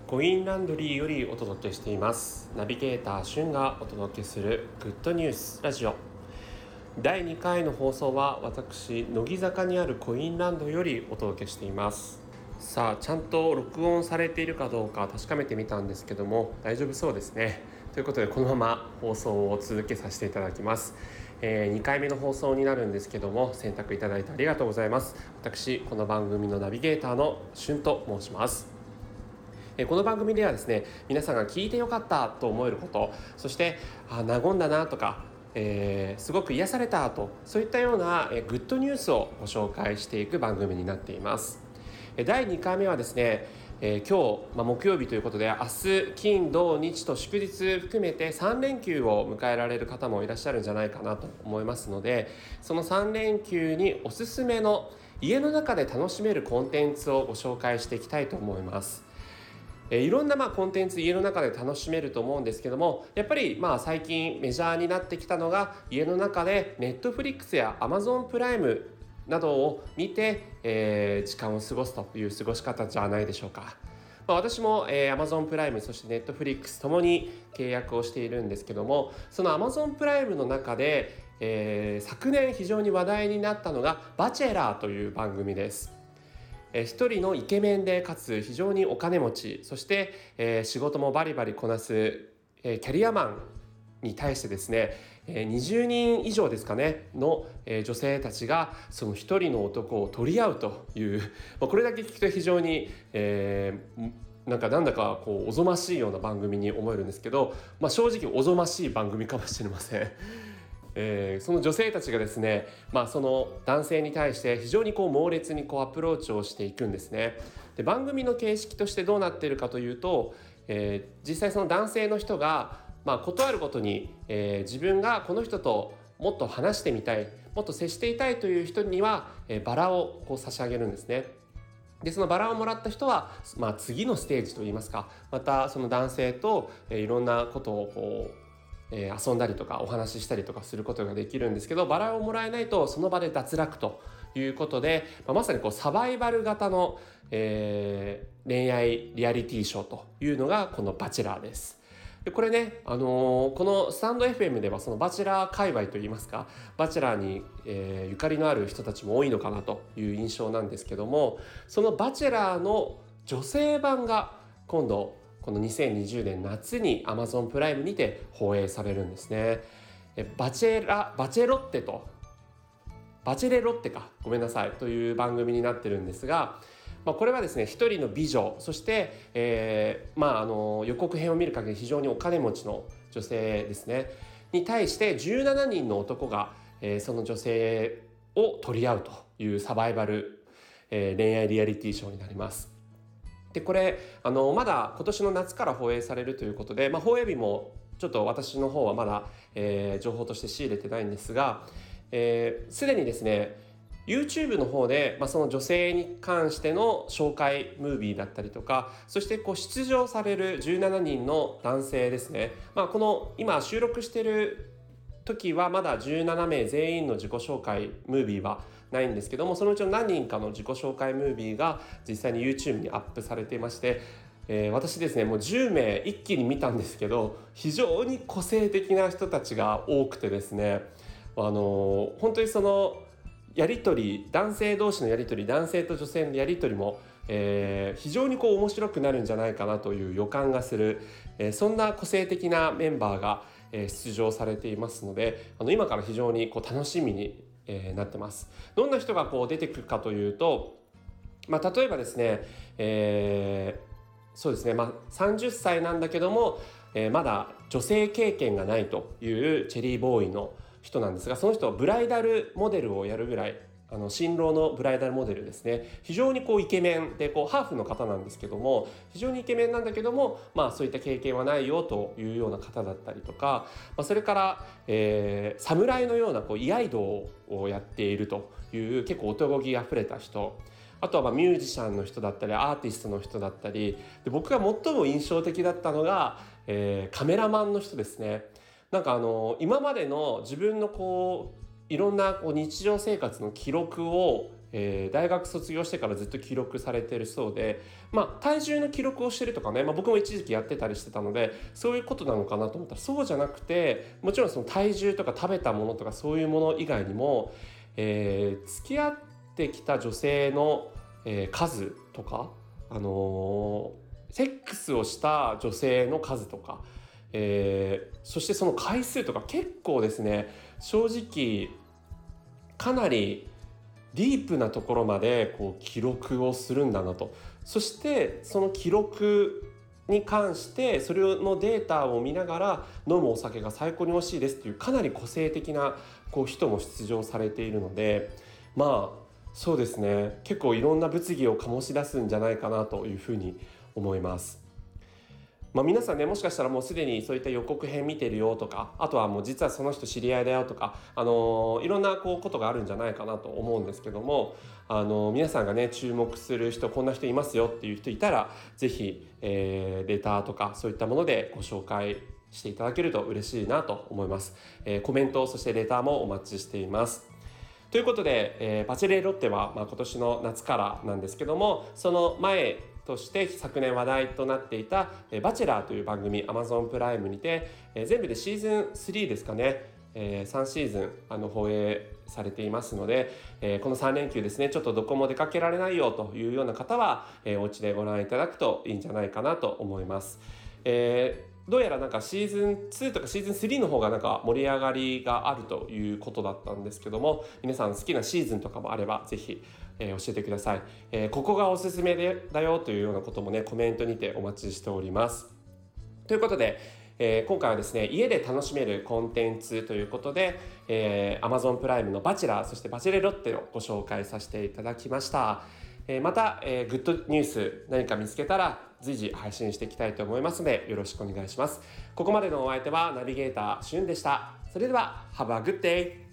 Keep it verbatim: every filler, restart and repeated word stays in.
コインランドリーよりお届けしています。ナビゲーターしゅんがお届けするグッドニュースラジオ。だいにかいの放送は私乃木坂にあるコインランドよりお届けしています。さあちゃんと録音されているかどうか確かめてみたんですけども、大丈夫そうですね。ということでこのまま放送を続けさせていただきます。えー、にかいめの放送になるんですけども、選択いただいてありがとうございます。私この番組のナビゲーターのしゅんと申します。この番組ではですね、皆さんが聞いてよかったと思えること、そしてあ和んだなとか、えー、すごく癒されたと、そういったようなえグッドニュースをご紹介していく番組になっています。だいにかいめはですね、えー、今日、まあ、木曜日ということで、明日金土日と祝日含めてさんれんきゅうを迎えられる方もいらっしゃるんじゃないかなと思いますので、そのさんれんきゅうにおすすめの家の中で楽しめるコンテンツをご紹介していきたいと思います。えー、いろんなまあコンテンツ家の中で楽しめると思うんですけども、やっぱりまあ最近メジャーになってきたのが、家の中で Netflix や Amazon プライムなどを見て、えー、時間を過ごすという過ごし方じゃないでしょうか。まあ、私も、えー、Amazon プライムそして Netflix ともに契約をしているんですけども、その Amazon プライムの中で、えー、昨年非常に話題になったのがバチェラーという番組です。一人のイケメンでかつ非常にお金持ち、そして、えー、仕事もバリバリこなす、えー、キャリアマンに対してですね、えー、にじゅうにん以上ですかねの、えー、女性たちがその一人の男を取り合うという、まあ、これだけ聞くと非常に、えー、なんかなんだかこうおぞましいような番組に思えるんですけど、まあ、正直おぞましい番組かもしれません。えー、その女性たちがですね、まあ、その男性に対して非常にこう猛烈にこうアプローチをしていくんですね。で、番組の形式としてどうなっているかというと、えー、実際その男性の人が、まあ、ことあるごとに、えー、自分がこの人ともっと話してみたい、もっと接していたいという人には、えー、バラをこう差し上げるんですね。でそのバラをもらった人は、まあ、次のステージといいますか、またその男性と、えー、いろんなことをこうえー、遊んだりとかお話ししたりとかすることができるんですけど、バラをもらえないとその場で脱落ということで、まあ、まさにこうサバイバル型の、えー、恋愛リアリティショーというのがこのバチェラーです。でこれね、あのー、このスタンド エフエム ではそのバチェラー界隈といいますか、バチェラーに、えー、ゆかりのある人たちも多いのかなという印象なんですけども、そのバチェラーの女性版が今度このにせんにじゅうねん夏に Amazon プライムにて放映されるんですね。バチェラバチェロッテとバチェレロッテかごめんなさいという番組になってるんですが、まあ、これはですね、一人の美女、そして、えーまあ、あの予告編を見る限り非常にお金持ちの女性ですねに対してじゅうななにんの男が、えー、その女性を取り合うというサバイバル、えー、恋愛リアリティショーになります。でこれあのまだ今年の夏から放映されるということで、まあ、放映日もちょっと私の方はまだ、えー、情報として仕入れてないんですが、すで、えー、にですね YouTube の方で、まあ、その女性に関しての紹介ムービーだったりとか、そしてこう出場されるじゅうななにんの男性ですね、まあ、この今収録している時はまだじゅうななめい全員の自己紹介ムービーはないんですけども、そのうちの何人かの自己紹介ムービーが実際に YouTube にアップされていまして、えー、私ですねもうじゅうめい一気に見たんですけど、非常に個性的な人たちが多くてですね、あのー、本当にそのやり取り、男性同士のやり取り、男性と女性のやり取りも、えー、非常にこう面白くなるんじゃないかなという予感がする、えー、そんな個性的なメンバーが、えー、出場されていますので、あの今から非常にこう楽しみに、えー、なってます。どんな人がこう出てくるかというと、まあ、例えばですね、えー、そうですね、まあ、さんじゅっさいなんだけども、えー、まだ女性経験がないというチェリーボーイの人なんですが、その人はブライダルモデルをやるぐらい、あの新郎のブライダルモデルですね、非常にこうイケメンでこうハーフの方なんですけども、非常にイケメンなんだけども、まあ、そういった経験はないよというような方だったりとか、まあ、それから、えー、侍のようなこう居合道をやっているという結構男気あふれた人、あとはまあミュージシャンの人だったりアーティストの人だったりで、僕が最も印象的だったのが、えー、カメラマンの人ですね。なんかあの今までの自分のこういろんなこう日常生活の記録を、 えー、大学卒業してからずっと記録されてるそうで、まあ体重の記録をしてるとかね、まあ、僕も一時期やってたりしてたのでそういうことなのかなと思ったら、そうじゃなくて、もちろんその体重とか食べたものとかそういうもの以外にも、えー、付き合ってきた女性の、えー、数とか、あのー、セックスをした女性の数とか、えー、そしてその回数とか結構ですね、正直かなりディープなところまでこう記録をするんだなと。そしてその記録に関してそれのデータを見ながら飲むお酒が最高に美味しいですっていう、かなり個性的なこう人も出場されているので、まあそうですね、結構いろんな物議を醸し出すんじゃないかなというふうに思います。まあ、皆さんね、もしかしたらもうすでにそういった予告編見てるよとか、あとはもう実はその人知り合いだよとか、あのー、いろんなこうことがあるんじゃないかなと思うんですけども、あのー、皆さんがね注目する人、こんな人いますよっていう人いたら、ぜひ、えー、レターとかそういったものでご紹介していただけると嬉しいなと思います。えー、コメント、そしてレターもお待ちしています。ということで、えー、バチェレロッテは、まあ、今年の夏からなんですけども、その前として昨年話題となっていた、えー、バチェラーという番組 Amazon プライムにて、えー、全部でシーズンスリーですかね、えー、さんシーズンあの放映されていますので、えー、このさん連休ですね、ちょっとどこも出かけられないよというような方は、えー、お家でご覧いただくといいんじゃないかなと思います。えーどうやらなんかシーズンツーとかシーズンスリーの方がなんか盛り上がりがあるということだったんですけども、皆さん好きなシーズンとかもあればぜひ、えー、教えてください。えー、ここがおすすめでだよというようなこともね、コメントにてお待ちしております。ということで、えー、今回はですね、家で楽しめるコンテンツということで、えー、Amazon プライムのバチェラー、そしてバチェレロッテをご紹介させていただきました。えー、また、えー、グッドニュース何か見つけたら随時配信していきたいと思いますので、よろしくお願いします。ここまでのお相手はナビゲーターしゅんでした。それでは Have a good day!